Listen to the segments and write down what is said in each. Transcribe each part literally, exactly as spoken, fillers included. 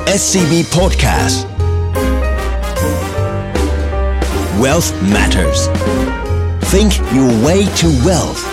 เอส ซี บี Podcast Wealth Matters Think your way to wealth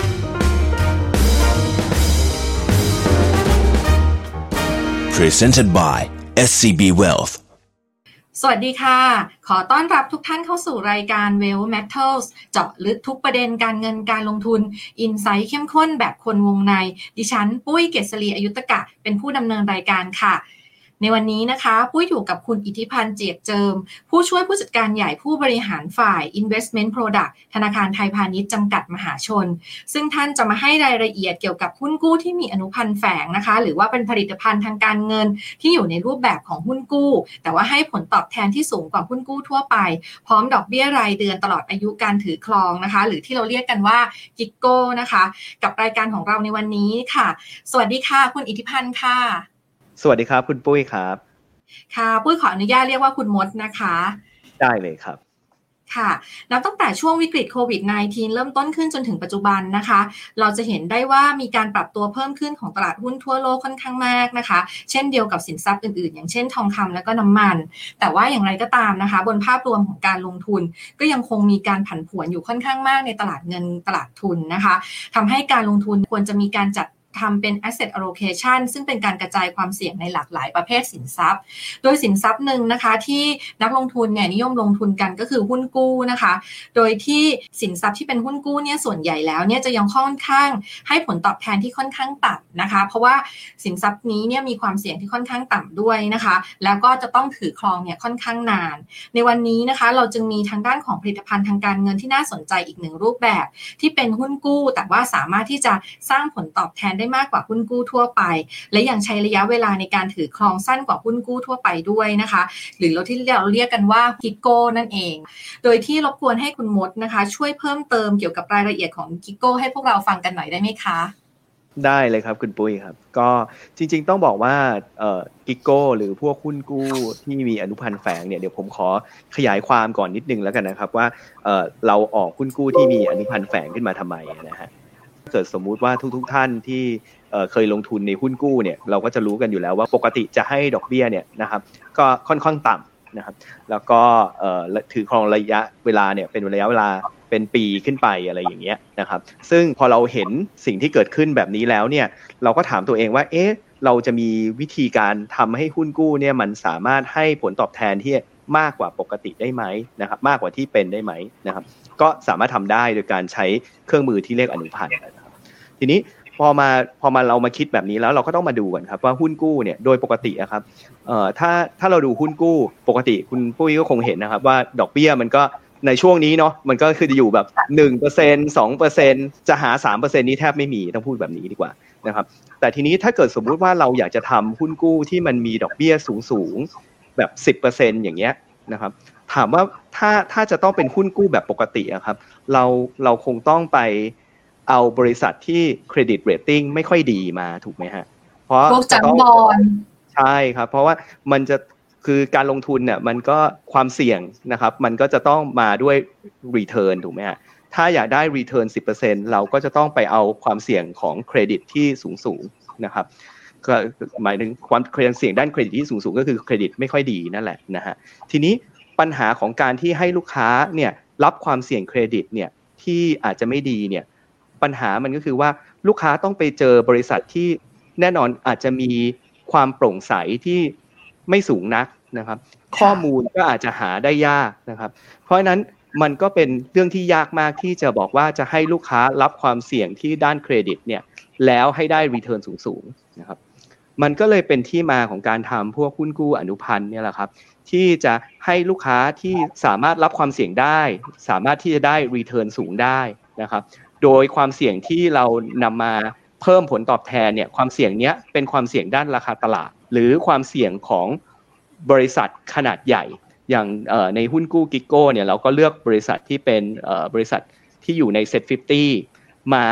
Presented by เอส ซี บี Wealth สวัสดีค่ะขอต้อนรับทุกท่านเข้าสู่รายการ Wealth Matters เจาะลึกทุกประเด็นการเงินการลงทุนอินไซต์เข้มข้นแบบคนวงในดิฉันปุ้ยเกษรีอยุตกะเป็นผู้ดำเนินรายการค่ะในวันนี้นะคะปุ้ยอยู่กับคุณอิทธิพันธ์เจียกเจิมผู้ช่วยผู้จัดการใหญ่ผู้บริหารฝ่าย Investment Product ธนาคารไทยพาณิชย์จำกัดมหาชนซึ่งท่านจะมาให้รายละเอียดเกี่ยวกับหุ้นกู้ที่มีอนุพันธ์แฝงนะคะหรือว่าเป็นผลิตภัณฑ์ทางการเงินที่อยู่ในรูปแบบของหุ้นกู้แต่ว่าให้ผลตอบแทนที่สูงกว่าหุ้นกู้ทั่วไปพร้อมดอกเบี้ยรายเดือนตลอดอายุการถือครองนะคะหรือที่เราเรียกกันว่ากิกโก้นะคะกับรายการของเราในวันนี้ค่ะสวัสดีค่ะคุณอิทธิพันธ์ค่ะสวัสดีครับคุณปุ้ยครับค่ะปุ้ยขออนุญาตเรียกว่าคุณมดนะคะได้เลยครับค่ะนับตั้งแต่ช่วงวิกฤตโควิด สิบเก้า เริ่มต้นขึ้นจนถึงปัจจุบันนะคะเราจะเห็นได้ว่ามีการปรับตัวเพิ่มขึ้นของตลาดหุ้นทั่วโลกค่อนข้างมากนะคะเช่นเดียวกับสินทรัพย์อื่นๆอย่างเช่นทองคำและก็น้ำมันแต่ว่าอย่างไรก็ตามนะคะบนภาพรวมของการลงทุนก็ยังคงมีการผันผวนอยู่ค่อนข้างมากในตลาดเงินตลาดทุนนะคะทำให้การลงทุนควรจะมีการจัดทำเป็น asset allocation ซึ่งเป็นการกระจายความเสี่ยงในหลากหลายประเภทสินทรัพย์โดยสินทรัพย์หนึ่งนะคะที่นักลงทุนเนี่ยนิยมลงทุนกันก็คือหุ้นกู้นะคะโดยที่สินทรัพย์ที่เป็นหุ้นกู้เนี่ยส่วนใหญ่แล้วเนี่ยจะยังค่อนข้างให้ผลตอบแทนที่ค่อนข้างต่ำนะคะเพราะว่าสินทรัพย์นี้เนี่ยมีความเสี่ยงที่ค่อนข้างต่ำด้วยนะคะแล้วก็จะต้องถือครองเนี่ยค่อนข้างนานในวันนี้นะคะเราจึงมีทางด้านของผลิตภัณฑ์ทางการเงินที่น่าสนใจอีกหนึ่งรูปแบบที่เป็นหุ้นกู้แต่ว่าสามารถที่จะสร้างผลตอบแทนได้มากกว่าหุ้นกู้ทั่วไปและยังใช้ระยะเวลาในการถือครองสั้นกว่าหุ้นกู้ทั่วไปด้วยนะคะหรือเราที่เราเรียกกันว่ากิกโก้นั่นเองโดยที่รบกวนให้คุณมดนะคะช่วยเพิ่มเติมเกี่ยวกับรายละเอียดของกิกโก้ให้พวกเราฟังกันหน่อยได้ไหมคะได้เลยครับคุณปุ้ยครับก็จริงๆต้องบอกว่าเอ่อกิกโก้หรือพวกหุ้นกู้ที่มีอนุพันธ์แฝงเนี่ยเดี๋ยวผมขอขยายความก่อนนิดนึงแล้วกันนะครับว่าเอ่อเราออกหุ้นกู้ที่มีอนุพันธ์แฝงขึ้นมาทำไมนะฮะเกิดสมมุติว่าทุกๆท่านที่เอ่อเคยลงทุนในหุ้นกู้เนี่ยเราก็จะรู้กันอยู่แล้วว่าปกติจะให้ดอกเบี้ยเนี่ยนะครับก็ค่อนข้างต่ำนะครับแล้วก็เอ่อถือครองระยะเวลาเนี่ยเป็นระยะเวลาเป็นปีขึ้นไปอะไรอย่างเงี้ยนะครับซึ่งพอเราเห็นสิ่งที่เกิดขึ้นแบบนี้แล้วเนี่ยเราก็ถามตัวเองว่าเอ๊ะเราจะมีวิธีการทำให้หุ้นกู้เนี่ยมันสามารถให้ผลตอบแทนที่มากกว่าปกติได้ไหมนะครับมากกว่าที่เป็นได้ไหมนะครับก็สามารถทำได้โดยการใช้เครื่องมือที่เรียกอนุพันธ์นะครับทีนี้พอมาพอมาเรามาคิดแบบนี้แล้วเราก็ต้องมาดูกันครับว่าหุ้นกู้เนี่ยโดยปกติอะครับเอ่อถ้าถ้าเราดูหุ้นกู้ปกติคุณปุ้ยก็คงเห็นนะครับว่าดอกเบี้ยมันก็ในช่วงนี้เนาะมันก็คือจะอยู่แบบ หนึ่งเปอร์เซ็นต์ สองเปอร์เซ็นต์ จะหา สามเปอร์เซ็นต์ นี้แทบไม่มีต้องพูดแบบนี้ดีกว่านะครับแต่ทีนี้ถ้าเกิดสมมุติว่าเราอยากจะทำหุ้นกู้ที่มันมีดอกเบี้ยสูงๆแบบ สิบเปอร์เซ็นต์ อย่างเงี้ยนะครับถามว่าถ้าถ้าจะต้องเป็นหุ้นกู้แบบปกติอะครับเราเราคงต้องไปเอาบริษัทที่เครดิตเรตติ้งไม่ค่อยดีมาถูกไหมฮะเพราะพวกจังบอลใช่ครับเพราะว่ามันจะคือการลงทุนเนี่ยมันก็ความเสี่ยงนะครับมันก็จะต้องมาด้วย return ถูกไหมฮะถ้าอยากได้ return สิบเปอร์เซ็นต์ เราก็จะต้องไปเอาความเสี่ยงของเครดิตที่สูงๆนะครับก็หมายถึงความเสี่ยงด้านเครดิตที่สูงๆก็คือเครดิตไม่ค่อยดีนั่นแหละนะฮะทีนี้ปัญหาของการที่ให้ลูกค้าเนี่ยรับความเสี่ยงเครดิตเนี่ยที่อาจจะไม่ดีเนี่ยปัญหามันก็คือว่าลูกค้าต้องไปเจอบริษัทที่แน่นอนอาจจะมีความโปร่งใสที่ไม่สูงนักนะครับข้อมูลก็อาจจะหาได้ยากนะครับเพราะฉะนั้นมันก็เป็นเรื่องที่ยากมากที่จะบอกว่าจะให้ลูกค้ารับความเสี่ยงที่ด้านเครดิตเนี่ยแล้วให้ได้ return สูงๆนะครับมันก็เลยเป็นที่มาของการทำพวกหุ้นกู้อนุพันธ์เนี่ยแหละครับที่จะให้ลูกค้าที่สามารถรับความเสี่ยงได้สามารถที่จะได้ return สูงได้นะครับโดยความเสี่ยงที่เรานำมาเพิ่มผลตอบแทนเนี่ยความเสี่ยงเนี้ยเป็นความเสี่ยงด้านราคาตลาดหรือความเสี่ยงของบริษัทขนาดใหญ่อย่างในหุ้นกู้กิกโก้เนี่ยเราก็เลือกบริษัทที่เป็นบริษัทที่อยู่ใน เซ็ต ห้าสิบ มาเ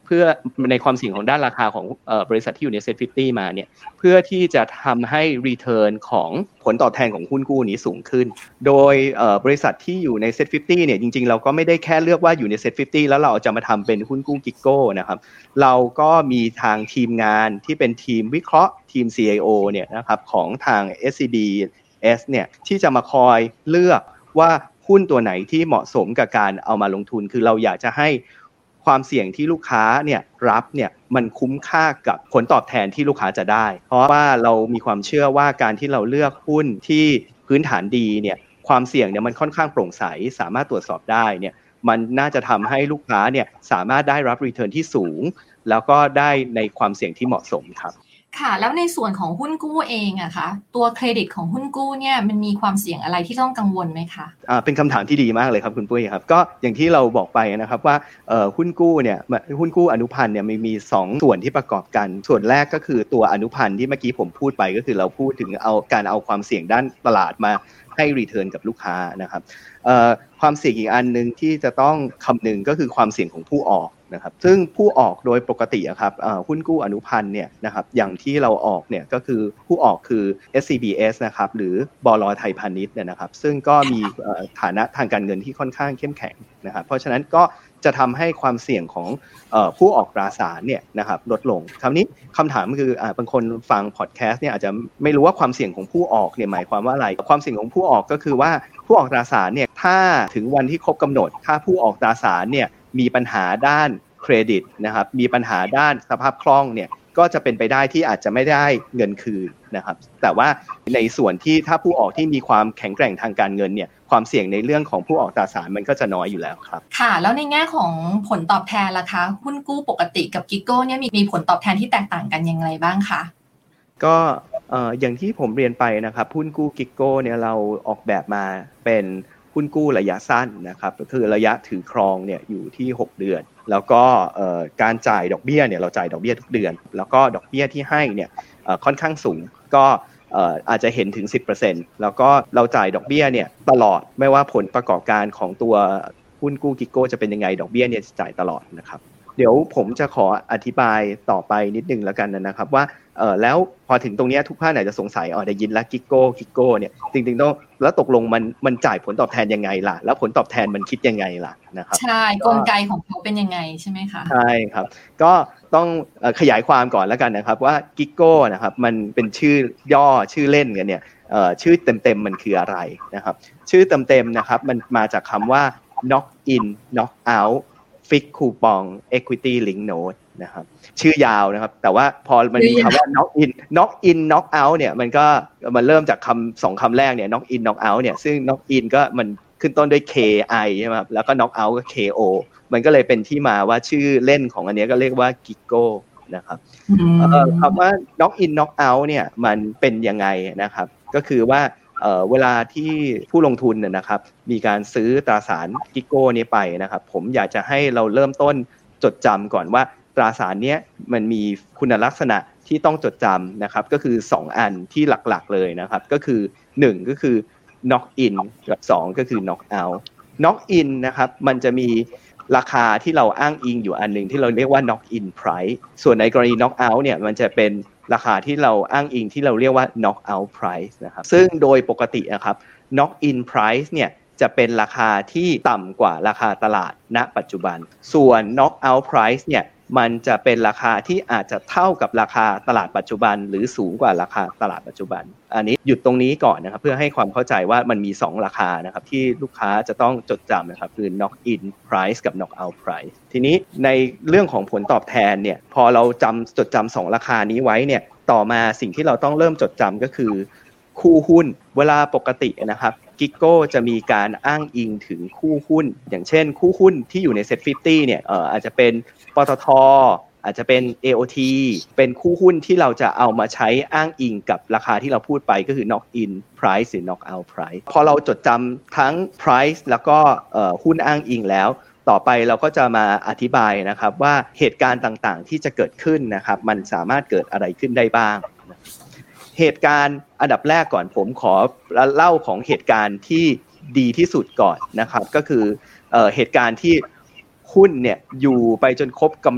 พื่อในความเสี่ยงของด้านราคาของเอ่อบริษัทที่อยู่ใน เซ็ต ห้าสิบ มาเนี่ยเพื่อที่จะทำให้ return ของผลตอบแทนของหุ้นกู้นี้สูงขึ้นโดยเอ่อบริษัทที่อยู่ใน เซ็ต ห้าสิบ เนี่ยจริงๆเราก็ไม่ได้แค่เลือกว่าอยู่ใน เซ็ต ห้าสิบ แล้วเราจะมาทำเป็นหุ้นกู้กิกโก้นะครับเราก็มีทางทีมงานที่เป็นทีมวิเคราะห์ทีม ซี ไอ โอ เนี่ยนะครับของทาง เอส ซี บี เอส เนี่ยที่จะมาคอยเลือกว่าหุ้นตัวไหนที่เหมาะสมกับการเอามาลงทุนคือเราอยากจะให้ความเสี่ยงที่ลูกค้าเนี่ยรับเนี่ยมันคุ้มค่ากับผลตอบแทนที่ลูกค้าจะได้เพราะว่าเรามีความเชื่อว่าการที่เราเลือกหุ้นที่พื้นฐานดีเนี่ยความเสี่ยงเนี่ยมันค่อนข้างโปร่งใสสามารถตรวจสอบได้เนี่ยมันน่าจะทำให้ลูกค้าเนี่ยสามารถได้รับ return ที่สูงแล้วก็ได้ในความเสี่ยงที่เหมาะสมครับค่ะแล้วในส่วนของหุ้นกู้เองอะคะตัวเครดิตของหุ้นกู้เนี่ยมันมีความเสี่ยงอะไรที่ต้องกังวลไหมคะอ่าเป็นคำถามที่ดีมากเลยครับคุณปุ้ยครับก็อย่างที่เราบอกไปนะครับว่าเอ่อหุ้นกู้เนี่ยหุ้นกู้อนุพันธ์เนี่ยมีมีสองส่วนที่ประกอบกันส่วนแรกก็คือตัวอนุพันธ์ที่เมื่อกี้ผมพูดไปก็คือเราพูดถึงเอาการเอาความเสี่ยงด้านตลาดมาให้รีเทิร์นกับลูกค้านะครับเอ่อความเสี่ยงอีกอันนึงที่จะต้องคำนึงก็คือความเสี่ยงของผู้ออกนะครับซึ่งผู้ออกโดยปกติอะครับหุ้นกู้อนุพันธ์เนี่ยนะครับอย่างที่เราออกเนี่ยก็คือผู้ออกคือ เอส ซี บี เอส นะครับหรือบล.ไทยพาณิชย์เนี่ยนะครับซึ่งก็มีฐานะทางการเงินที่ค่อนข้างเข้มแข็งนะครับเพราะฉะนั้นก็จะทำให้ความเสี่ยงของผู้ออกตราสารเนี่ยนะครับลดลงคราวนี้คำถามคือบางคนฟังพอดแคสต์เนี่ยอาจจะไม่รู้ว่าความเสี่ยงของผู้ออกเนี่ยหมายความว่าอะไรความเสี่ยงของผู้ออกก็คือว่าผู้ออกตราสารเนี่ยถ้าถึงวันที่ครบกำหนดถ้าผู้ออกตราสารเนี่ยมีปัญหาด้านเครดิตนะครับมีปัญหาด้านสภาพคล่องเนี่ยก็จะเป็นไปได้ที่อาจจะไม่ได้เงินคืนนะครับแต่ว่าในส่วนที่ถ้าผู้ออกที่มีความแข็งแกร่งทางการเงินเนี่ยความเสี่ยงในเรื่องของผู้ออกตราสารมันก็จะน้อยอยู่แล้วครับค่ะแล้วในแง่ของผลตอบแทนล่ะคะหุ้นกู้ปกติกับกิกโก้เนี่ยมีมีผลตอบแทนที่แตกต่างกันอย่างไรบ้างคะก็เอ่ออย่างที่ผมเรียนไปนะครับหุ้นกู้กิกโก้เนี่ยเราออกแบบมาเป็นหุ้นกู้ระยะสั้นนะครับก็คือระยะถือครองเนี่ยอยู่ที่หกเดือนแล้วก็การจ่ายดอกเบี้ยเนี่ยเราจ่ายดอกเบี้ยทุกเดือนแล้วก็ดอกเบี้ยที่ให้เนี่ยค่อนข้างสูงก็อาจจะเห็นถึง สิบเปอร์เซ็นต์ แล้วก็เราจ่ายดอกเบี้ยเนี่ยตลอดไม่ว่าผลประกอบการของตัวหุ้นกู้กิกโก้จะเป็นยังไงดอกเบี้ยเนี่ยจะจ่ายตลอดนะครับเดี๋ยวผมจะขออธิบายต่อไปนิดนึงแล้วกันนะครับว่าเออแล้วพอถึงตรงนี้ทุกท่านอาจจะสงสัยอ๋อได้ยินแล้วกิกโก้กิกโก้เนี่ยจริงๆต้องแล้วตกลงมันมันจ่ายผลตอบแทนยังไงล่ะแล้วผลตอบแทนมันคิดยังไงล่ะนะครับใช่กลไกของเขาเป็นยังไงใช่ไหมคะใช่ครับก็ต้องขยายความก่อนแล้วกันนะครับว่ากิกโก้นะครับมันเป็นชื่อย่อชื่อเล่นกันเนี่ยชื่อเต็มๆมันคืออะไรนะครับชื่อเต็มๆนะครับมันมาจากคำว่า knock in knock out fix coupon equity link note นะครับชื่อยาวนะครับแต่ว่าพอมันมีคำว่า knock in knock in knock out เนี่ยมันก็มันเริ่มจากคำสองคำแรกเนี่ย knock in knock out เนี่ยซึ่ง knock in ก็มันขึ้นต้นด้วย K I ใช่ไหมครับแล้วก็ knock out ก็ K O มันก็เลยเป็นที่มาว่าชื่อเล่นของอันนี้ก็เรียกว่า Gigo นะครับคำว่า knock in knock out เนี่ยมันเป็นยังไงนะครับก็คือว่าเอ่อเวลาที่ผู้ลงทุนเนี่ยนะครับมีการซื้อตราสารกิโก้นี้ไปนะครับผมอยากจะให้เราเริ่มต้นจดจำก่อนว่าตราสารเนี้ยมันมีคุณลักษณะที่ต้องจดจำนะครับก็คือสองอันที่หลักๆเลยนะครับก็คือหนึ่งก็คือ knock in กับสองก็คือ knock out knock in นะครับมันจะมีราคาที่เราอ้างอิงอยู่อันนึงที่เราเรียกว่า knock in price ส่วนในกรณี knock out เนี่ยมันจะเป็นราคาที่เราอ้างอิงที่เราเรียกว่า knock out price นะครับซึ่งโดยปกตินะครับ knock in price เนี่ยจะเป็นราคาที่ต่ำกว่าราคาตลาดณปัจจุบันส่วน knock out price เนี่ยมันจะเป็นราคาที่อาจจะเท่ากับราคาตลาดปัจจุบันหรือสูงกว่าราคาตลาดปัจจุบันอันนี้หยุดตรงนี้ก่อนนะครับเพื่อให้ความเข้าใจว่ามันมีสองราคานะครับที่ลูกค้าจะต้องจดจำนะครับคือ knock in price กับ knock out price ทีนี้ในเรื่องของผลตอบแทนเนี่ยพอเราจำจดจำสองราคานี้ไว้เนี่ยต่อมาสิ่งที่เราต้องเริ่มจดจำก็คือคู่หุ้นเวลาปกตินะครับกิกโก้จะมีการอ้างอิงถึงคู่หุ้นอย่างเช่นคู่หุ้นที่อยู่ใน เซ็ต ห้าสิบ เนี่ยเอ่ออาจจะเป็นปตท.อาจจะเป็น เอ โอ ที เป็นคู่หุ้นที่เราจะเอามาใช้อ้างอิงกับราคาที่เราพูดไปก็คือ knock in price หรือ knock out price พอเราจดจำทั้ง price แล้วก็เอ่อหุ้นอ้างอิงแล้วต่อไปเราก็จะมาอธิบายนะครับว่าเหตุการณ์ต่างๆที่จะเกิดขึ้นนะครับมันสามารถเกิดอะไรขึ้นได้บ้างเหตุการณ์อันดับแรกก่อนผมขอเล่าของเหตุการณ์ที่ดีที่สุดก่อนนะครับก็คือเอ่อเหตุการณ์ที่หุ้นเนี่ยอยู่ไปจนครบกำหนด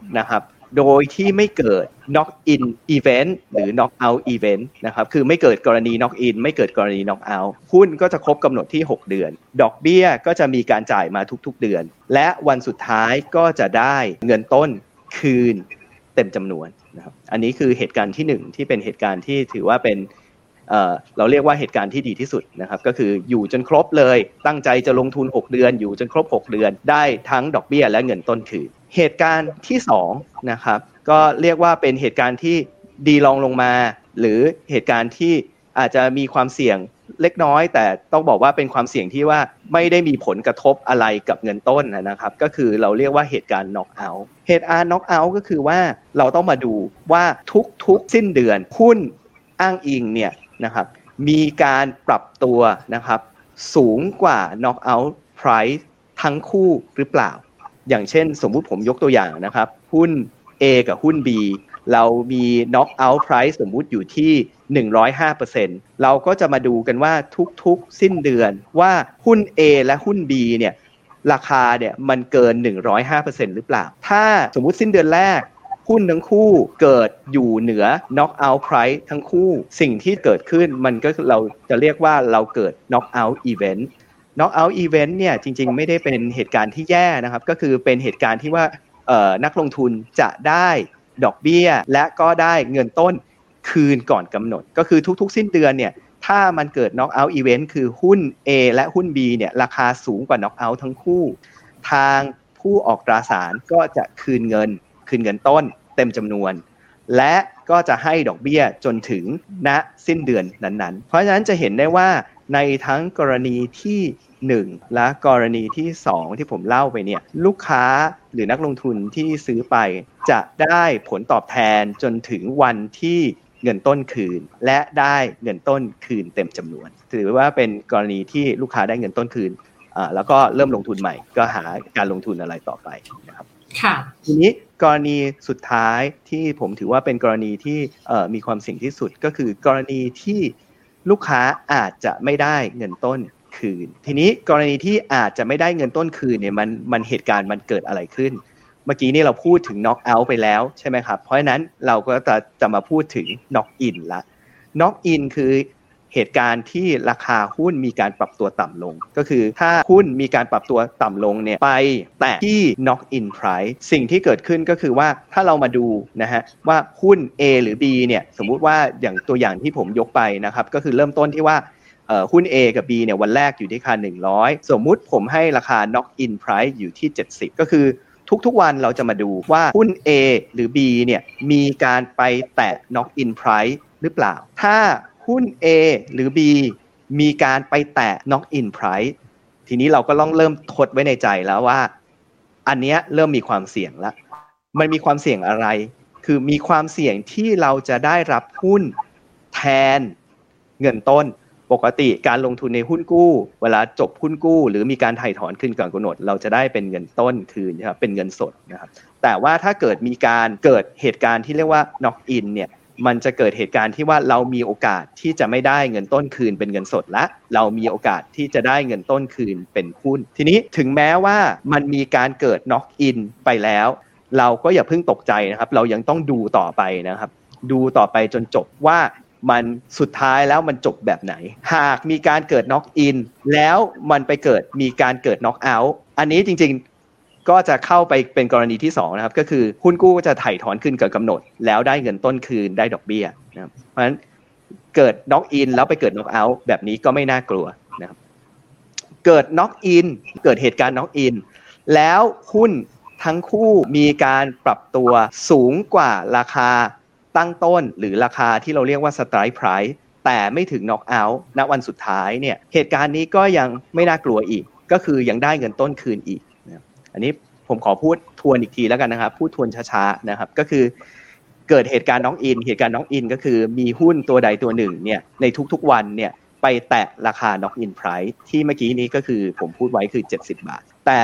นะครับโดยที่ไม่เกิด knock in event หรือ knock out event นะครับคือไม่เกิดกรณี knock in ไม่เกิดกรณี knock out หุ้นก็จะครบกำหนดที่หกเดือนดอกเบี้ยก็จะมีการจ่ายมาทุกๆเดือนและวันสุดท้ายก็จะได้เงินต้นคืนเต็มจำนวนนะครับอันนี้คือเหตุการณ์ที่หนึ่งที่เป็นเหตุการณ์ที่ถือว่าเป็นเอ่อเราเรียกว่าเหตุการณ์ที่ดีที่สุดนะครับก็คืออยู่จนครบเลยตั้งใจจะลงทุนหกเดือนอยู่จนครบหกเดือนได้ทั้งดอกเบี้ยและเงินต้นคืนเหตุการณ์ที่สองนะครับก็เรียกว่าเป็นเหตุการณ์ที่ดีรองลงมาหรือเหตุการณ์ที่อาจจะมีความเสี่ยงเล็กน้อยแต่ต้องบอกว่าเป็นความเสี่ยงที่ว่าไม่ได้มีผลกระทบอะไรกับเงินต้นนะครับก็คือเราเรียกว่าเหตุการณ์ knock out เหตุการณ์ knock out ก็คือว่าเราต้องมาดูว่าทุกๆสิ้นเดือนหุ้นอ้างอิงเนี่ยนะครับมีการปรับตัวนะครับสูงกว่า knock out price ทั้งคู่หรือเปล่าอย่างเช่นสมมุติผมยกตัวอย่างนะครับหุ้น A กับหุ้น B เรามี knock out price สมมุติอยู่ที่ หนึ่งร้อยห้าเปอร์เซ็นต์ เราก็จะมาดูกันว่าทุกๆสิ้นเดือนว่าหุ้น A และหุ้น B เนี่ยราคาเนี่ยมันเกิน หนึ่งร้อยห้าเปอร์เซ็นต์ หรือเปล่าถ้าสมมุติสิ้นเดือนแรกหุ้นทั้งคู่เกิดอยู่เหนือ knock out price ทั้งคู่สิ่งที่เกิดขึ้นมันก็เราจะเรียกว่าเราเกิด knock out event knock out event เนี่ยจริงๆไม่ได้เป็นเหตุการณ์ที่แย่นะครับก็คือเป็นเหตุการณ์ที่ว่าเอ่อนักลงทุนจะได้ดอกเบี้ยและก็ได้เงินต้นคืนก่อนกำหนดก็คือทุกๆสิ้นเดือนเนี่ยถ้ามันเกิด knock out event คือหุ้น A และหุ้น B เนี่ยราคาสูงกว่า knock out ทั้งคู่ทางผู้ออกตราสารก็จะคืนเงินคืนเงินต้นเต็มจำนวนและก็จะให้ดอกเบี้ยจนถึงณสิ้นเดือนนั้นๆเพราะฉะนั้นจะเห็นได้ว่าในทั้งกรณีที่หนึ่งและกรณีที่สองที่ผมเล่าไปเนี่ยลูกค้าหรือนักลงทุนที่ซื้อไปจะได้ผลตอบแทนจนถึงวันที่เงินต้นคืนและได้เงินต้นคืนเต็มจำนวนถือว่าเป็นกรณีที่ลูกค้าได้เงินต้นคืนอ่าแล้วก็เริ่มลงทุนใหม่ก็หาการลงทุนอะไรต่อไปนะครับค่ะทีนี้กรณีสุดท้ายที่ผมถือว่าเป็นกรณีที่เอ่อมีความเสี่ยงที่สุดก็คือกรณีที่ลูกค้าอาจจะไม่ได้เงินต้นคืนทีนี้กรณีที่อาจจะไม่ได้เงินต้นคืนเนี่ยมันมันเหตุการณ์มันเกิดอะไรขึ้นเมื่อกี้นี่เราพูดถึง knock out ไปแล้วใช่ไหมครับเพราะฉะนั้นเราก็จะจะมาพูดถึง knock in ละ knock in คือเหตุการณ์ที่ราคาหุ้นมีการปรับตัวต่ำลงก็คือถ้าหุ้นมีการปรับตัวต่ำลงเนี่ยไปแตะที่ knock in price สิ่งที่เกิดขึ้นก็คือว่าถ้าเรามาดูนะฮะว่าหุ้น A หรือ B เนี่ยสมมุติว่าอย่างตัวอย่างที่ผมยกไปนะครับก็คือเริ่มต้นที่ว่าหุ้น A กับ B เนี่ยวันแรกอยู่ที่ราคาหนึ่งร้อยสมมุติผมให้ราคา knock in price อยู่ที่เจ็ดสิบก็คือทุกๆวันเราจะมาดูว่าหุ้น A หรือ B เนี่ยมีการไปแตะ knock in price หรือเปล่าถ้าหุ้น A หรือ B มีการไปแตะ knock in price ทีนี้เราก็ต้องเริ่มทดไว้ในใจแล้วว่าอันเนี้ยเริ่มมีความเสี่ยงแล้วมันมีความเสี่ยงอะไรคือมีความเสี่ยงที่เราจะได้รับหุ้นแทนเงินต้นปกติการลงทุนในหุ้นกู้เวลาจบหุ้นกู้หรือมีการถ่ายถอนคืนก่อนกำหนดเราจะได้เป็นเงินต้นคืนนะครับเป็นเงินสดนะครับแต่ว่าถ้าเกิดมีการเกิดเหตุการณ์ที่เรียกว่า knock in เนี่ยมันจะเกิดเหตุการณ์ที่ว่าเรามีโอกาสที่จะไม่ได้เงินต้นคืนเป็นเงินสดและเรามีโอกาสที่จะได้เงินต้นคืนเป็นหุ้นทีนี้ถึงแม้ว่ามันมีการเกิด knock in ไปแล้วเราก็อย่าเพิ่งตกใจนะครับเรายังต้องดูต่อไปนะครับดูต่อไปจนจบว่ามันสุดท้ายแล้วมันจบแบบไหนหากมีการเกิด knock in แล้วมันไปเกิดมีการเกิด knock out อันนี้จริงๆก็จะเข้าไปเป็นกรณีที่สองนะครับก็คือหุ้นกู้จะถ่ายถอนคืนก่อนกำหนดแล้วได้เงินต้นคืนได้ดอกเบี้ยนะครับเพราะฉะนั้นเกิด knock in แล้วไปเกิด knock out แบบนี้ก็ไม่น่ากลัวนะครับเกิด knock in เกิดเหตุการณ์ knock in แล้วหุ้นทั้งคู่มีการปรับตัวสูงกว่าราคาตั้งต้นหรือราคาที่เราเรียกว่า strike price แต่ไม่ถึง knock out ณวันสุดท้ายเนี่ยเหตุการณ์นี้ก็ยังไม่น่ากลัวอีกก็คือยังได้เงินต้นคืนอีกนะอันนี้ผมขอพูดทวนอีกทีแล้วกันนะครับพูดทวนช้าๆนะครับก็คือเกิดเหตุการณ์ knock in เหตุการณ์ knock in ก็คือมีหุ้นตัวใดตัวหนึ่งเนี่ยในทุกๆวันเนี่ยไปแตะราคา knock in price ที่เมื่อกี้นี้ก็คือผมพูดไว้คือเจ็ดสิบบาทแต่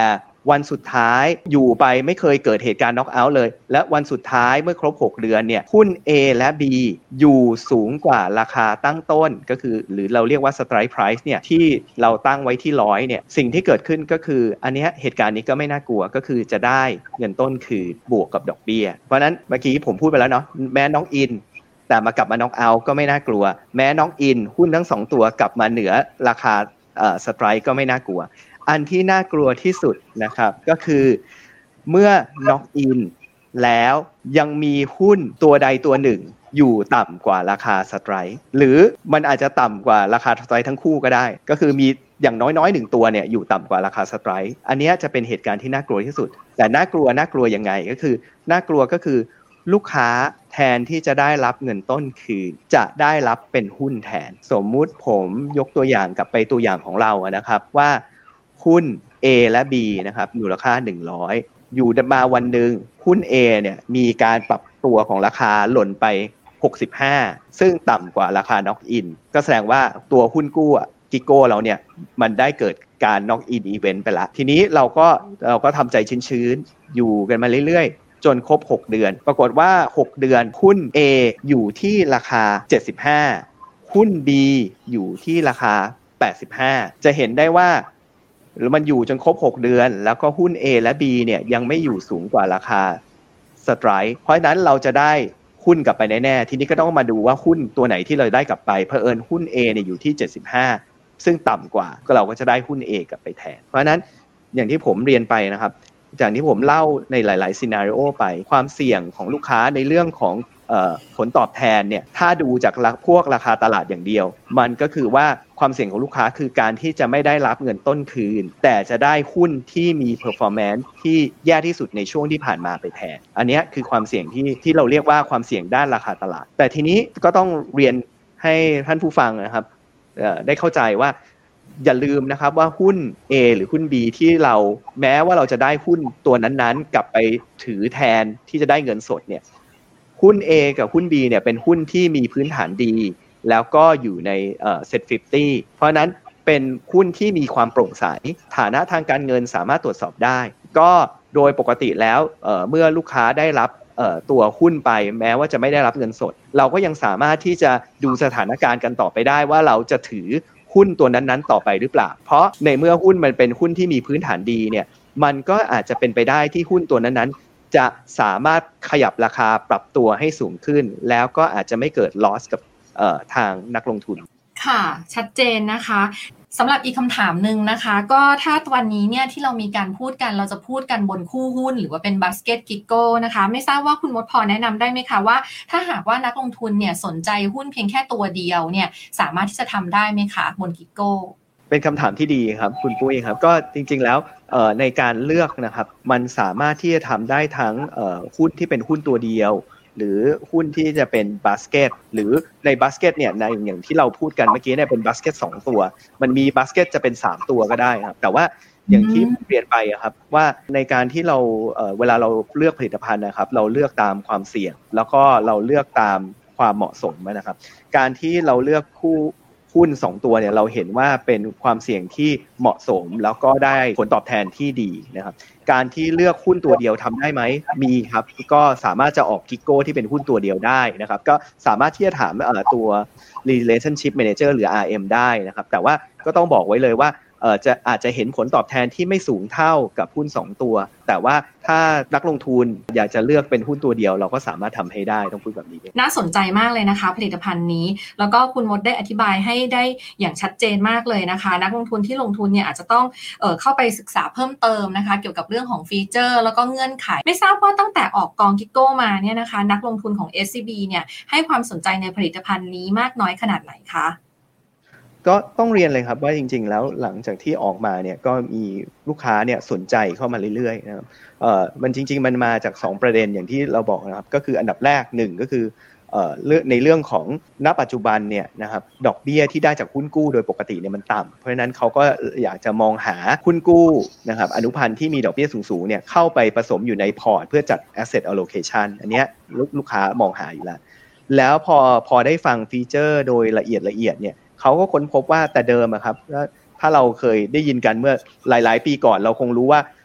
วันสุดท้ายอยู่ไปไม่เคยเกิดเหตุการณ์น็อกเอาท์เลยและวันสุดท้ายเมื่อครบหกเดือนเนี่ยหุ้น A และ B อยู่สูงกว่าราคาตั้งต้นก็คือหรือเราเรียกว่า strike price เนี่ยที่เราตั้งไว้ที่หนึ่งร้อยเนี่ยสิ่งที่เกิดขึ้นก็คืออันนี้เหตุการณ์นี้ก็ไม่น่ากลัวก็คือจะได้เงินต้นคืนบวกกับดอกเบี้ยเพราะนั้นเมื่อกี้ผมพูดไปแล้วเนาะแม้น้องอินแต่มากลับมาน็อกเอาท์ก็ไม่น่ากลัวแม้น้องอินหุ้นทั้งสองตัวกลับมาเหนือราคาเอ่อ strike ก็ไม่น่ากลัวอันที่น่ากลัวที่สุดนะครับก็คือเมื่อน็อกอินแล้วยังมีหุ้นตัวใดตัวหนึ่งอยู่ต่ำกว่าราคาสไตรค์หรือมันอาจจะต่ำกว่าราคาสไตรค์ทั้งคู่ก็ได้ก็คือมีอย่างน้อยๆหนึ่งตัวเนี่ยอยู่ต่ำกว่าราคาสไตรค์อันนี้จะเป็นเหตุการณ์ที่น่ากลัวที่สุดแต่น่ากลัวน่ากลัวยังไงก็คือน่ากลัวก็คือลูกค้าแทนที่จะได้รับเงินต้นคืนจะได้รับเป็นหุ้นแทนสมมุติผมยกตัวอย่างกลับไปตัวอย่างของเราอะนะครับว่าหุ้น A และ B นะครับมูลค่าหนึ่งร้อยอยู่มาวันนึงหุ้น A เนี่ยมีการปรับตัวของราคาหล่นไปหกสิบห้าซึ่งต่ำกว่าราคาน็อกอินก็แสดงว่าตัวหุ้นกู้กิโก้เราเนี่ยมันได้เกิดการน็อกอินอีเวนต์ไปละทีนี้เราก็เราก็ทำใจชื้นๆอยู่กันมาเรื่อยๆจนครบหกเดือนปรากฏว่าหกเดือนหุ้น A อยู่ที่ราคาเจ็ดสิบห้าหุ้น B อยู่ที่ราคาแปดสิบห้าจะเห็นได้ว่าหรือมันอยู่จนครบหกเดือนแล้วก็หุ้น A และ B เนี่ยยังไม่อยู่สูงกว่าราคาสไตรค์เพราะฉะนั้นเราจะได้หุ้นกลับไปแน่ๆทีนี้ก็ต้องมาดูว่าหุ้นตัวไหนที่เราได้กลับไปเผอิญหุ้น A เนี่ยอยู่ที่เจ็ดสิบห้าซึ่งต่ำกว่าก็เราก็จะได้หุ้น A กลับไปแทนเพราะฉะนั้นอย่างที่ผมเรียนไปนะครับจากที่ผมเล่าในหลายๆซีนาริโอไปความเสี่ยงของลูกค้าในเรื่องของเอ่อผลตอบแทนเนี่ยถ้าดูจากพวกราคาตลาดอย่างเดียวมันก็คือว่าความเสี่ยงของลูกค้าคือการที่จะไม่ได้รับเงินต้นคืนแต่จะได้หุ้นที่มี performance ที่แย่ที่สุดในช่วงที่ผ่านมาไปแทนอันนี้คือความเสี่ยงที่ที่เราเรียกว่าความเสี่ยงด้านราคาตลาดแต่ทีนี้ก็ต้องเรียนให้ท่านผู้ฟังนะครับเอ่อได้เข้าใจว่าอย่าลืมนะครับว่าหุ้น A หรือหุ้น B ที่เราแม้ว่าเราจะได้หุ้นตัวนั้นๆกลับไปถือแทนที่จะได้เงินสดเนี่ยหุ้น A กับหุ้น B เนี่ยเป็นหุ้นที่มีพื้นฐานดีแล้วก็อยู่ในเอ่อ เซ็ต ห้าสิบเพราะนั้นเป็นหุ้นที่มีความโปร่งใสฐานะทางการเงินสามารถตรวจสอบได้ก็โดยปกติแล้วเอ่อเมื่อลูกค้าได้รับเอ่อตัวหุ้นไปแม้ว่าจะไม่ได้รับเงินสดเราก็ยังสามารถที่จะดูสถานการณ์กันต่อไปได้ว่าเราจะถือหุ้นตัวนั้นๆต่อไปหรือเปล่าเพราะในเมื่อหุ้นมันเป็นหุ้นที่มีพื้นฐานดีเนี่ยมันก็อาจจะเป็นไปได้ที่หุ้นตัวนั้นๆจะสามารถขยับราคาปรับตัวให้สูงขึ้นแล้วก็อาจจะไม่เกิด loss กับเอ่อทางนักลงทุนค่ะชัดเจนนะคะสำหรับอีกคำถามหนึ่งนะคะก็ถ้าวันนี้เนี่ยที่เรามีการพูดกันเราจะพูดกันบนคู่หุ้นหรือว่าเป็น Basket Gigo นะคะไม่ทราบว่าคุณมดพอแนะนำได้ไหมคะว่าถ้าหากว่านักลงทุนเนี่ยสนใจหุ้นเพียงแค่ตัวเดียวเนี่ยสามารถที่จะทำได้ไหมคะบน Gigo เป็นคำถามที่ดีครับคุณปุ้ยครับก็จริงๆแล้วในการเลือกนะครับมันสามารถที่จะทำได้ทั้งหุ้นที่เป็นหุ้นตัวเดียวหรือหุ้นที่จะเป็นบาสเกตหรือในบาสเกตเนี่ยในอย่างที่เราพูดกันเมื่อกี้เนี่ยเป็นบาสเกตสองตัวมันมีบาสเกตจะเป็นสามตัวก็ได้ครับแต่ว่าอย่างที่เรียนไปครับว่าในการที่เราเอ่อเวลาเราเลือกผลิตภัณฑ์นะครับเราเลือกตามความเสี่ยงแล้วก็เราเลือกตามความเหมาะสมนะครับการที่เราเลือกคู่หุ้นสองตัวเนี่ยเราเห็นว่าเป็นความเสี่ยงที่เหมาะสมแล้วก็ได้ผลตอบแทนที่ดีนะครับการที่เลือกหุ้นตัวเดียวทำได้ไหมมีครับก็สามารถจะออกกิโก้ที่เป็นหุ้นตัวเดียวได้นะครับก็สามารถที่จะถามตัว relationship manager หรือ อาร์ เอ็ม ได้นะครับแต่ว่าก็ต้องบอกไว้เลยว่าเอ่อจะอาจจะเห็นผลตอบแทนที่ไม่สูงเท่ากับหุ้นสองตัวแต่ว่าถ้านักลงทุนอยากจะเลือกเป็นหุ้นตัวเดียวเราก็สามารถทำให้ได้ต้องพูดแบบนี้น่าสนใจมากเลยนะคะผลิตภัณฑ์นี้แล้วก็คุณมดได้อธิบายให้ได้อย่างชัดเจนมากเลยนะคะนักลงทุนที่ลงทุนเนี่ยอาจจะต้องเอ่อเข้าไปศึกษาเพิ่มเติมนะคะเกี่ยวกับเรื่องของฟีเจอร์แล้วก็เงื่อนไขไม่ทราบว่าตั้งแต่ออกกองกิโก้มาเนี่ยนะคะนักลงทุนของ เอส ซี บี เนี่ยให้ความสนใจในผลิตภัณฑ์นี้มากน้อยขนาดไหนคะก็ต้องเรียนเลยครับว่าจริงๆแล้วหลังจากที่ออกมาเนี่ยก็มีลูกค้าเนี่ยสนใจเข้ามาเรื่อยๆนะครับเอ่อมันจริงๆมันมาจากสองประเด็นอย่างที่เราบอกนะครับก็คืออันดับแรกหนึ่งก็คือเอ่อในเรื่องของณปัจจุบันเนี่ยนะครับดอกเบี้ยที่ได้จากหุ้นกู้โดยปกติเนี่ยมันต่ำเพราะฉะนั้นเขาก็อยากจะมองหาหุ้นกู้นะครับอนุพันธ์ที่มีดอกเบี้ยสูงๆเนี่ยเข้าไปผสมอยู่ในพอร์ตเพื่อจัด asset allocation อันเนี้ยลูกค้ามองหาอยู่แล้วแล้วพอพอได้ฟังฟีเจอร์โดยละเอียดละเอียดเนี่ยเขาก็ค้นพบว่าแต่เดิมอะครับถ้าเราเคยได้ยินกันเมื่อหลายๆปีก่อนเราคงรู้ว่า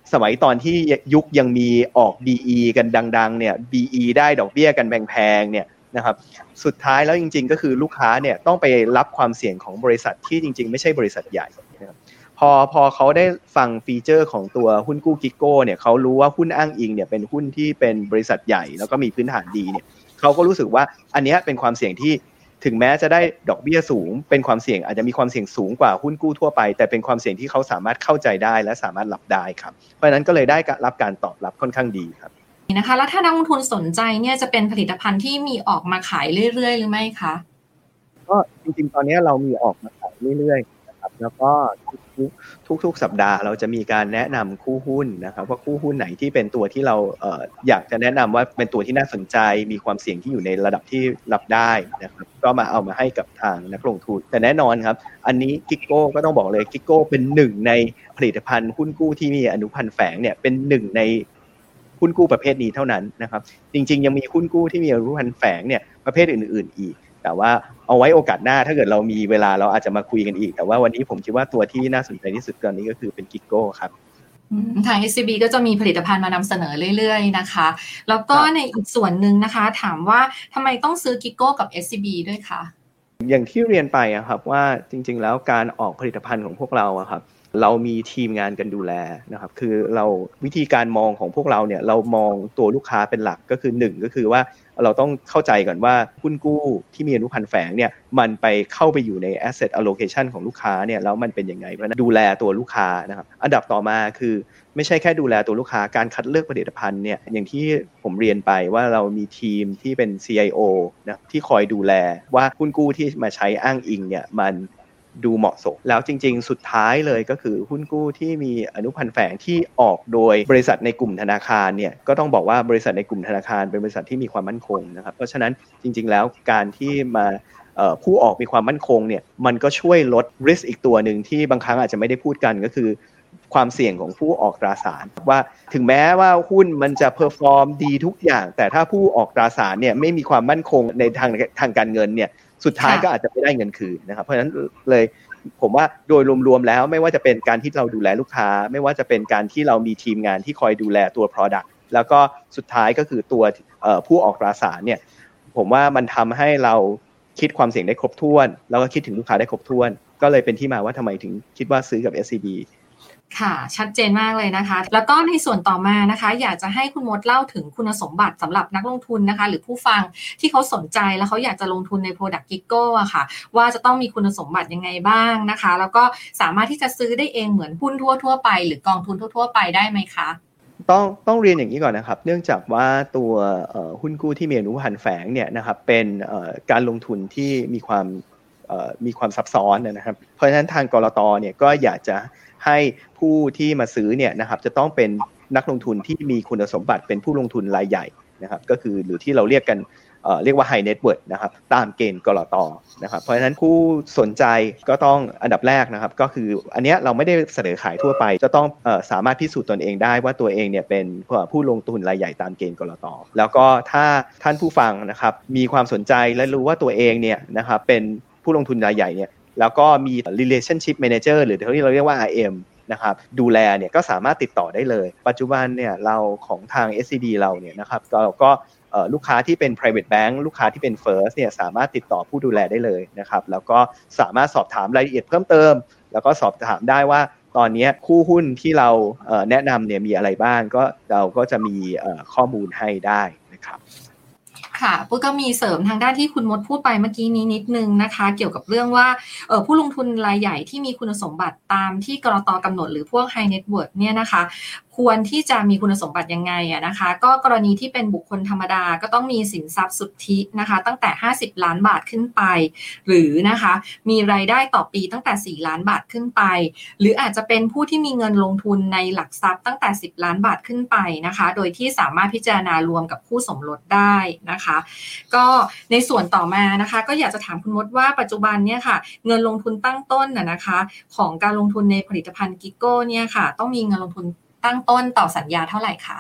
สมัยตอนที่ยุคยังมีออก บี อี กันดังๆเนี่ย บี อี ได้ดอกเบี้ยกันแพงๆเนี่ยนะครับสุดท้ายแล้วจริงๆก็คือลูกค้าเนี่ยต้องไปรับความเสี่ยงของบริษัทที่จริงๆไม่ใช่บริษัทใหญ่นะครับพอพอเขาได้ฟังฟีเจอร์ของตัวหุ้นกู้กิกโก้เนี่ยเขารู้ว่าหุ้นอ้างอิงเนี่ยเป็นหุ้นที่เป็นบริษัทใหญ่แล้วก็มีพื้นฐานดีเนี่ยเขาก็รู้สึกว่าอันนี้เป็นความเสี่ยงที่ถึงแม้จะได้ดอกเบี้ยสูงเป็นความเสี่ยงอาจจะมีความเสี่ยงสูงกว่าหุ้นกู้ทั่วไปแต่เป็นความเสี่ยงที่เขาสามารถเข้าใจได้และสามารถรับได้ครับเพราะฉะนั้นก็เลยได้รับการตอบรับค่อนข้างดีครับนะคะแล้วถ้านักลงทุนสนใจเนี่ยจะเป็นผลิตภัณฑ์ที่มีออกมาขายเรื่อยๆหรือไม่คะก็จริงๆตอนนี้เรามีออกมาขายเรื่อยๆนะครับแล้วก็ทุกๆสัปดาห์เราจะมีการแนะนำคู่หุ้นนะครับว่าคู่หุ้นไหนที่เป็นตัวที่เราเอ่ออยากจะแนะนำว่าเป็นตัวที่น่าสนใจมีความเสี่ยงที่อยู่ในระดับที่รับได้นะครับก็มาเอามาให้กับทางนักลงทุนแต่แน่นอนครับอันนี้กิกโก้ก็ต้องบอกเลยกิกโก้เป็นหนึ่งในผลิตภัณฑ์หุ้นกู้ที่มีอนุพันธ์แฝงเนี่ยเป็นหนึ่งในหุ้นกู้ประเภทนี้เท่านั้นนะครับจริงๆยังมีหุ้นกู้ที่มีอนุพันธ์แฝงเนี่ยประเภทอื่นๆอีกแต่ว่าเอาไว้โอกาสหน้าถ้าเกิดเรามีเวลาเราอาจจะมาคุยกันอีกแต่ว่าวันนี้ผมคิดว่าตัวที่น่าสนใจที่สุดตอนนี้ก็คือเป็นกิกโก้ครับทาง เอส ซี บี ก็จะมีผลิตภัณฑ์มานำเสนอเรื่อยๆนะคะแล้วก็ในอีกส่วนหนึ่งนะคะถามว่าทำไมต้องซื้อกิกโก้กับ เอส ซี บี ด้วยคะอย่างที่เรียนไปอะครับว่าจริงๆแล้วการออกผลิตภัณฑ์ของพวกเราอะครับเรามีทีมงานกันดูแลนะครับคือเราวิธีการมองของพวกเราเนี่ยเรามองตัวลูกค้าเป็นหลักก็คือหนึ่งก็คือว่าเราต้องเข้าใจก่อนว่าหุ้นกู้ที่มีอนุพันธ์แฝงเนี่ยมันไปเข้าไปอยู่ใน asset allocation ของลูกค้าเนี่ยแล้วมันเป็นยังไงเพราะฉะนั้นดูแลตัวลูกค้านะครับอันดับต่อมาคือไม่ใช่แค่ดูแลตัวลูกค้าการคัดเลือกผลิตภัณฑ์เนี่ยอย่างที่ผมเรียนไปว่าเรามีทีมที่เป็น ซี ไอ โอ นะที่คอยดูแลว่าหุ้นกู้ที่มาใช้อ้างอิงเนี่ยมันดูเหมาะสมแล้วจริงๆสุดท้ายเลยก็คือหุ้นกู้ที่มีอนุพันธ์แฝงที่ออกโดยบริษัทในกลุ่มธนาคารเนี่ยก็ต้องบอกว่าบริษัทในกลุ่มธนาคารเป็นบริษัทที่มีความมั่นคงนะครับเพราะฉะนั้นจริงๆแล้วการที่มาผู้ออกมีความมั่นคงเนี่ยมันก็ช่วยลด risk อีกตัวหนึ่งที่บางครั้งอาจจะไม่ได้พูดกันก็คือความเสี่ยงของผู้ออกตราสารว่าถึงแม้ว่าหุ้นมันจะเพอร์ฟอร์มดีทุกอย่างแต่ถ้าผู้ออกตราสารเนี่ยไม่มีความมั่นคงในทางทางการเงินเนี่ยสุดท้ายก็อาจจะไม่ได้เงินคืนนะครับเพราะฉะนั้นเลยผมว่าโดยรวมๆแล้วไม่ว่าจะเป็นการที่เราดูแลลูกค้าไม่ว่าจะเป็นการที่เรามีทีมงานที่คอยดูแลตัว product แล้วก็สุดท้ายก็คือตัวผู้ออกตราสารเนี่ยผมว่ามันทำให้เราคิดความเสี่ยงได้ครบถ้วนแล้วก็คิดถึงลูกค้าได้ครบถ้วนก็เลยเป็นที่มาว่าทำไมถึงคิดว่าซื้อกับ เอส ซี บีค่ะชัดเจนมากเลยนะคะแล้วก็ในส่วนต่อมานะคะอยากจะให้คุณมดเล่าถึงคุณสมบัติสำหรับนักลงทุนนะคะหรือผู้ฟังที่เขาสนใจแล้วเขาอยากจะลงทุนใน Product Gigo อะค่ะว่าจะต้องมีคุณสมบัติยังไงบ้างนะคะแล้วก็สามารถที่จะซื้อได้เองเหมือนหุ้นทั่วๆไปหรือกองทุนทั่วๆไปได้ไหมคะต้องต้องเรียนอย่างนี้ก่อนนะครับเนื่องจากว่าตัวหุ้นกู้ที่มีอนุพันธ์แฝงเนี่ยนะครับเป็นการลงทุนที่มีความมีความซับซ้อนนะครับเพราะฉะนั้นทางกลต.เนี่ยก็อยากจะให้ผู้ที่มาซื้อเนี่ยนะครับจะต้องเป็นนักลงทุนที่มีคุณสมบัติเป็นผู้ลงทุนรายใหญ่นะครับก็คือหรือที่เราเรียกกันเอ่อเรียกว่า high net worth นะครับตามเกณฑ์กลต.นะครับเพราะฉะนั้นผู้สนใจก็ต้องอันดับแรกนะครับก็คืออันเนี้ยเราไม่ได้เสนอขายทั่วไปจะต้องเอ่อสามารถพิสูจน์ตนเองได้ว่าตัวเองเนี่ยเป็นผู้ลงทุนรายใหญ่ตามเกณฑ์กลต.แล้วก็ถ้าท่านผู้ฟังนะครับมีความสนใจและรู้ว่าตัวเองเนี่ยนะครับเป็นผู้ลงทุนรายใหญ่เนี่ยแล้วก็มี relationship manager หรือที่เราเรียกว่า อาร์ เอ็ม นะครับดูแลเนี่ยก็สามารถติดต่อได้เลยปัจจุบันเนี่ยเราของทาง เอส ซี บี เราเนี่ยนะครับเราก็ลูกค้าที่เป็น private bank ลูกค้าที่เป็น first เนี่ยสามารถติดต่อผู้ดูแลได้เลยนะครับแล้วก็สามารถสอบถามรายละเอียดเพิ่มเติมแล้วก็สอบถามได้ว่าตอนนี้คู่หุ้นที่เราแนะนำเนี่ยมีอะไรบ้างก็เราก็จะมีข้อมูลให้ได้นะครับค่ะปุ๊กก็มีเสริมทางด้านที่คุณมดพูดไปเมื่อกี้นี้นิดนึงนะคะเกี่ยวกับเรื่องว่าเอ่อผู้ลงทุนรายใหญ่ที่มีคุณสมบัติตามที่กลต.กำหนดหรือพวก high net worth เนี่ยนะคะควรที่จะมีคุณสมบัติยังไงอะนะคะก็กรณีที่เป็นบุคคลธรรมดาก็ต้องมีสินทรัพย์สุทธินะคะตั้งแต่ห้าสิบล้านบาทขึ้นไปหรือนะคะมีรายได้ต่อปีตั้งแต่สี่ล้านบาทขึ้นไปหรืออาจจะเป็นผู้ที่มีเงินลงทุนในหลักทรัพย์ตั้งแต่สิบล้านบาทขึ้นไปนะคะโดยที่สามารถพิจารณารวมกับคู่สมรสได้นะคะก็ในส่วนต่อมานะคะก็อยากจะถามคุณมดว่าปัจจุบันเนี่ยค่ะเงินลงทุนตั้งต้นน่ะนะคะของการลงทุนในผลิตภัณฑ์กิโก้เนี่ยค่ะต้องมีเงินลงทุนตั้งต้นต่อสัญญาเท่าไหร่คะ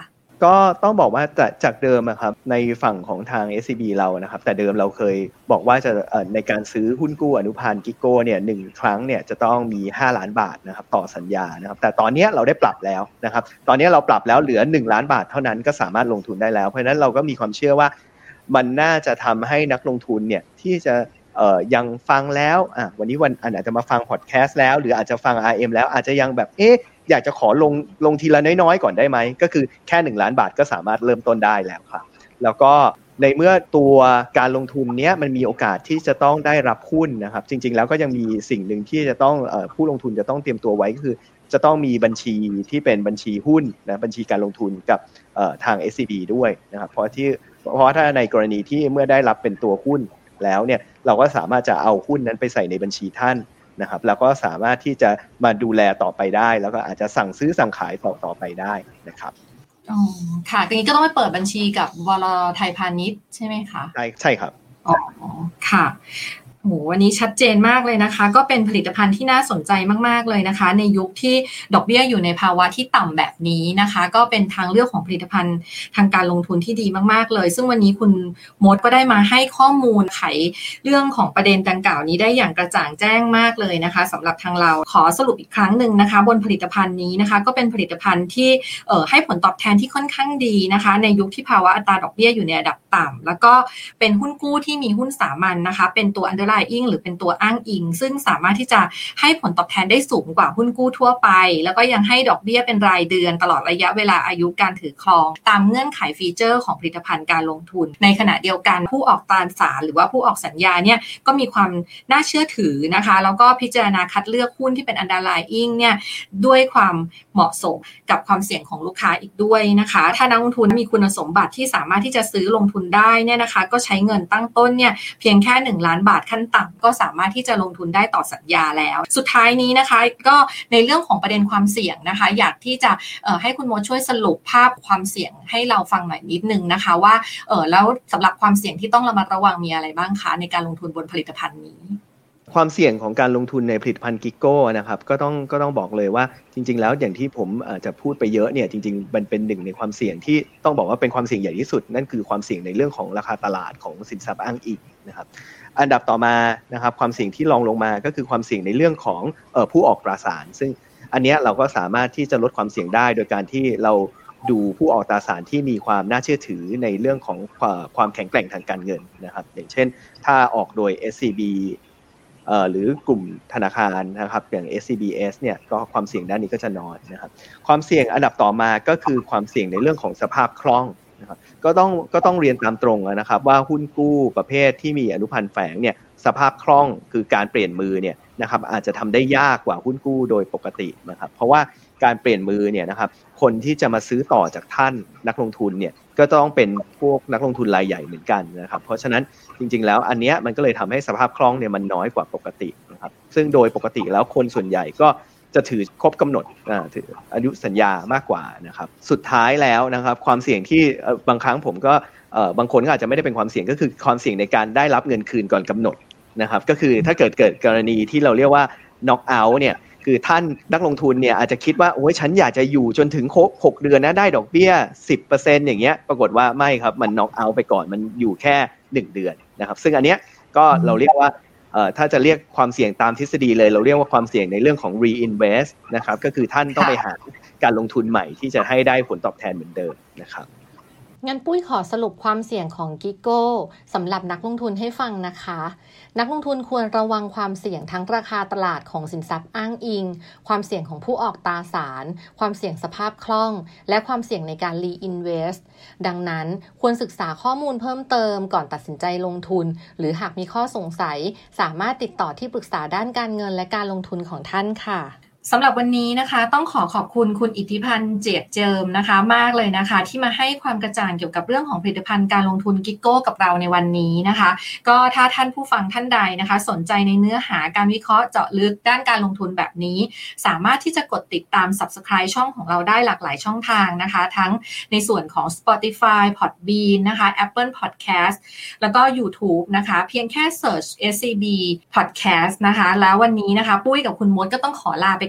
ก็ต้องบอกว่าจากเดิมครับในฝั่งของทาง เอส ซี บี เรานะครับแต่เดิมเราเคยบอกว่าจะในการซื้อหุ้นกู้อนุพันธ์กิโก้เนี่ยหนึ่งครั้งเนี่ยจะต้องมีห้าล้านบาทนะครับต่อสัญญานะครับแต่ตอนนี้เราได้ปรับแล้วนะครับตอนนี้เราปรับแล้วเหลือหนึ่งล้านบาทเท่านั้นก็สามารถลงทุนได้แล้วเพราะฉะนั้นเราก็มีความเชื่อว่ามันน่าจะทำให้นักลงทุนเนี่ยที่จะเอ่อยังฟังแล้วอ่ะวันนี้วันอาจจะมาฟังพอดแคสต์แล้วหรืออาจจะฟัง อาร์ เอ็ม แล้วอาจจะยังแบบเอ๊ะอยากจะขอลงลงทีละน้อยๆก่อนได้ไหมก็คือแค่หนึ่งล้านบาทก็สามารถเริ่มต้นได้แล้วครับแล้วก็ในเมื่อตัวการลงทุนเนี้ยมันมีโอกาสที่จะต้องได้รับหุ้นนะครับจริงๆแล้วก็ยังมีสิ่งหนึ่งที่จะต้องเอ่อผู้ลงทุนจะต้องเตรียมตัวไว้ก็คือจะต้องมีบัญชีที่เป็นบัญชีหุ้นนะบัญชีการลงทุนกับเอ่อทาง เอส ซี บี ด้วยนะครับเพราะที่เพราะถ้าในกรณีที่เมื่อได้รับเป็นตัวหุ้นแล้วเนี่ยเราก็สามารถจะเอาหุ้นนั้นไปใส่ในบัญชีท่านนะครับแล้วก็สามารถที่จะมาดูแลต่อไปได้แล้วก็อาจจะสั่งซื้อสั่งขายต่อต่อไปได้นะครับอ๋อค่ะทีนี้ก็ต้องไปเปิดบัญชีกับวลไทยพาณิชย์ใช่ไหมคะใช่ใช่ครับอ๋อค่ะโหวันนี้ชัดเจนมากเลยนะคะก็เป็นผลิตภัณฑ์ที่น่าสนใจมากๆเลยนะคะในยุคที่ดอกเบี้ยอยู่ในภาวะที่ต่ำแบบนี้นะคะก็เป็นทางเลือกของผลิตภัณฑ์ทางการลงทุนที่ดีมากๆเลยซึ่งวันนี้คุณมดก็ได้มาให้ข้อมูลไขเรื่องของประเด็นดังกล่าวนี้ได้อย่างกระจ่างแจ้งมากเลยนะคะสำหรับทางเราขอสรุปอีกครั้งหนึ่งนะคะบนผลิตภัณฑ์นี้นะคะก็เป็นผลิตภัณฑ์ที่เอ่อให้ผลตอบแทนที่ค่อนข้างดีนะคะในยุคที่ภาวะอัตราดอกเบี้ยอยู่ในระดับต่ำแล้วก็เป็นหุ้นกู้ที่มีหุ้นสามัญ น, นะคะเป็นตัว underlying หรือเป็นตัวอ้างอิงซึ่งสามารถที่จะให้ผลตอบแทนได้สูงกว่าหุ้นกู้ทั่วไปแล้วก็ยังให้ดอกเบี้ยเป็นรายเดือนตลอดระยะเวลาอายุการถือครองตามเงื่อนไขฟีเจอร์ของผลิตภัณฑ์การลงทุนในขณะเดียวกันผู้ออกตราสารหรือว่าผู้ออกสัญญาเนี่ยก็มีความน่าเชื่อถือนะคะแล้วก็พิจารณาคัดเลือกหุ้นที่เป็น underlying เนี่ยด้วยความเหมาะสมกับความเสี่ยงของลูกค้าอีกด้วยนะคะถ้านักลงทุนมีคุณสมบัติที่สามารถที่จะซื้อลงทุนได้เนี่ยนะคะก็ใช้เงินตั้งต้นเนี่ยเพียงแค่หนึ่งล้านบาทขั้นต่ำก็สามารถที่จะลงทุนได้ต่อสัญญาแล้วสุดท้ายนี้นะคะก็ในเรื่องของประเด็นความเสี่ยงนะคะอยากที่จะเอ่อให้คุณโมช่วยสรุปภาพความเสี่ยงให้เราฟังหน่อยนิดนึงนะคะว่าเออแล้วสำหรับความเสี่ยงที่ต้องระมัดระวังมีอะไรบ้างคะในการลงทุนบนผลิตภัณฑ์นี้ความเสี่ยงของการลงทุนในผลิตภัณฑ์กิโก้นะครับก็ต้องก็ต้องบอกเลยว่าจริงๆแล้วอย่างที่ผมอาจจะพูดไปเยอะเนี่ยจริงๆมันเป็นหนึ่งในความเสี่ยงที่ต้องบอกว่าเป็นความเสี่ยงใหญ่ที่สุดนั่นคือความเสี่ยงในเรื่องของราคาตลาดของสินทรัพย์อ้างอิงนะครับอันดับต่อมานะครับความเสี่ยงที่รองลงมาก็คือความเสี่ยงในเรื่องของเอ่อผู้ออกตราสารซึ่งอันนี้เราก็สามารถที่จะลดความเสี่ยงได้โดยการที่เราดูผู้ออกตราสารที่มีความน่าเชื่อถือในเรื่องของความแข็งแกร่งทางการเงินนะครับอย่างเช่นถ้าออกโดย เอส ซี บี เอ่อหรือกลุ่มธนาคารนะครับอย่าง เอส ซี บี เอส เนี่ยก็ความเสี่ยงด้านนี้ก็จะน้อยนะครับความเสี่ยงอันดับต่อมาก็คือความเสี่ยงในเรื่องของสภาพคล่องนะครับก็ต้องก็ต้องเรียนตามตรงนะครับว่าหุ้นกู้ประเภทที่มีอนุพันธ์แฝงเนี่ยสภาพคล่องคือการเปลี่ยนมือเนี่ยนะครับอาจจะทำได้ยากกว่าหุ้นกู้โดยปกตินะครับเพราะว่าการเปลี่ยนมือเนี่ยนะครับคนที่จะมาซื้อต่อจากท่านนักลงทุนเนี่ยก็ต้องเป็นพวกนักลงทุนรายใหญ่เหมือนกันนะครับเพราะฉะนั้นจริงๆแล้วอันเนี้ยมันก็เลยทำให้สภาพคล่องเนี่ยมันน้อยกว่าปกตินะครับซึ่งโดยปกติแล้วคนส่วนใหญ่ก็จะถือครบกำหนดอ่าถืออายุสัญญามากกว่านะครับสุดท้ายแล้วนะครับความเสี่ยงที่บางครั้งผมก็เอ่อบางคนก็อาจจะไม่ได้เป็นความเสี่ยงก็คือความเสี่ยงในการได้รับเงินคืนก่อนกำหนดนะครับก็คือถ้าเกิดเกิดกรณีที่เราเรียกว่า knock out เนี่ยคือท่านนักลงทุนเนี่ยอาจจะคิดว่าโอ้ยฉันอยากจะอยู่จนถึงครบหกเดือนนะได้ดอกเบี้ย สิบเปอร์เซ็นต์ อย่างเงี้ยปรากฏว่าไม่ครับมัน knock out ไปก่อนมันอยู่แค่หนึ่งเดือนนะครับซึ่งอันเนี้ยก็เราเรียกว่าเอ่อถ้าจะเรียกความเสี่ยงตามทฤษฎีเลยเราเรียกว่าความเสี่ยงในเรื่องของ reinvest นะครับก็คือท่านต้องไปหาการลงทุนใหม่ที่จะให้ได้ผลตอบแทนเหมือนเดิมนะครับงั้นปุ้ยขอสรุปความเสี่ยงของกิโก้สำหรับนักลงทุนให้ฟังนะคะนักลงทุนควรระวังความเสี่ยงทั้งราคาตลาดของสินทรัพย์อ้างอิงความเสี่ยงของผู้ออกตราสารความเสี่ยงสภาพคล่องและความเสี่ยงในการ reinvest ดังนั้นควรศึกษาข้อมูลเพิ่มเติมก่อนตัดสินใจลงทุนหรือหากมีข้อสงสัยสามารถติดต่อที่ปรึกษาด้านการเงินและการลงทุนของท่านค่ะสำหรับวันนี้นะคะต้องขอขอบคุณคุณอิทธิพันธ์เจียกเจิมนะคะมากเลยนะคะที่มาให้ความกระจ่างเกี่ยวกับเรื่องของผลิตภัณฑ์การลงทุนกิโก้กับเราในวันนี้นะคะก็ถ้าท่านผู้ฟังท่านใดนะคะสนใจในเนื้อหาการวิเคราะห์เจาะลึกด้านการลงทุนแบบนี้สามารถที่จะกดติดตาม Subscribe ช่องของเราได้หลากหลายช่องทางนะคะทั้งในส่วนของ Spotify Podbean นะคะ Apple Podcast แล้วก็ YouTube นะคะเพียงแค่ Search เอส ซี บี Podcast นะคะแล้ววันนี้นะคะปุ้ยกับคุณมดก็ต้องขอลาไป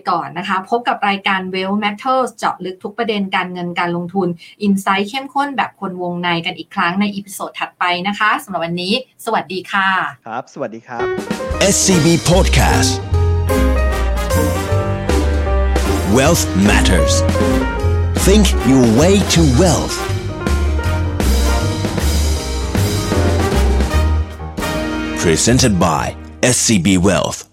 ก่อนนะคะพบกับรายการ Wealth Matters เจาะลึกทุกประเด็นการเงินการลงทุน Insight เข้มข้นแบบคนวงในกันอีกครั้งในอีพิโซดถัดไปนะคะสำหรับวันนี้สวัสดีค่ะครับสวัสดีครับเอส ซี บี Podcast Wealth Matters Think your way to wealth Presented by เอส ซี บี Wealth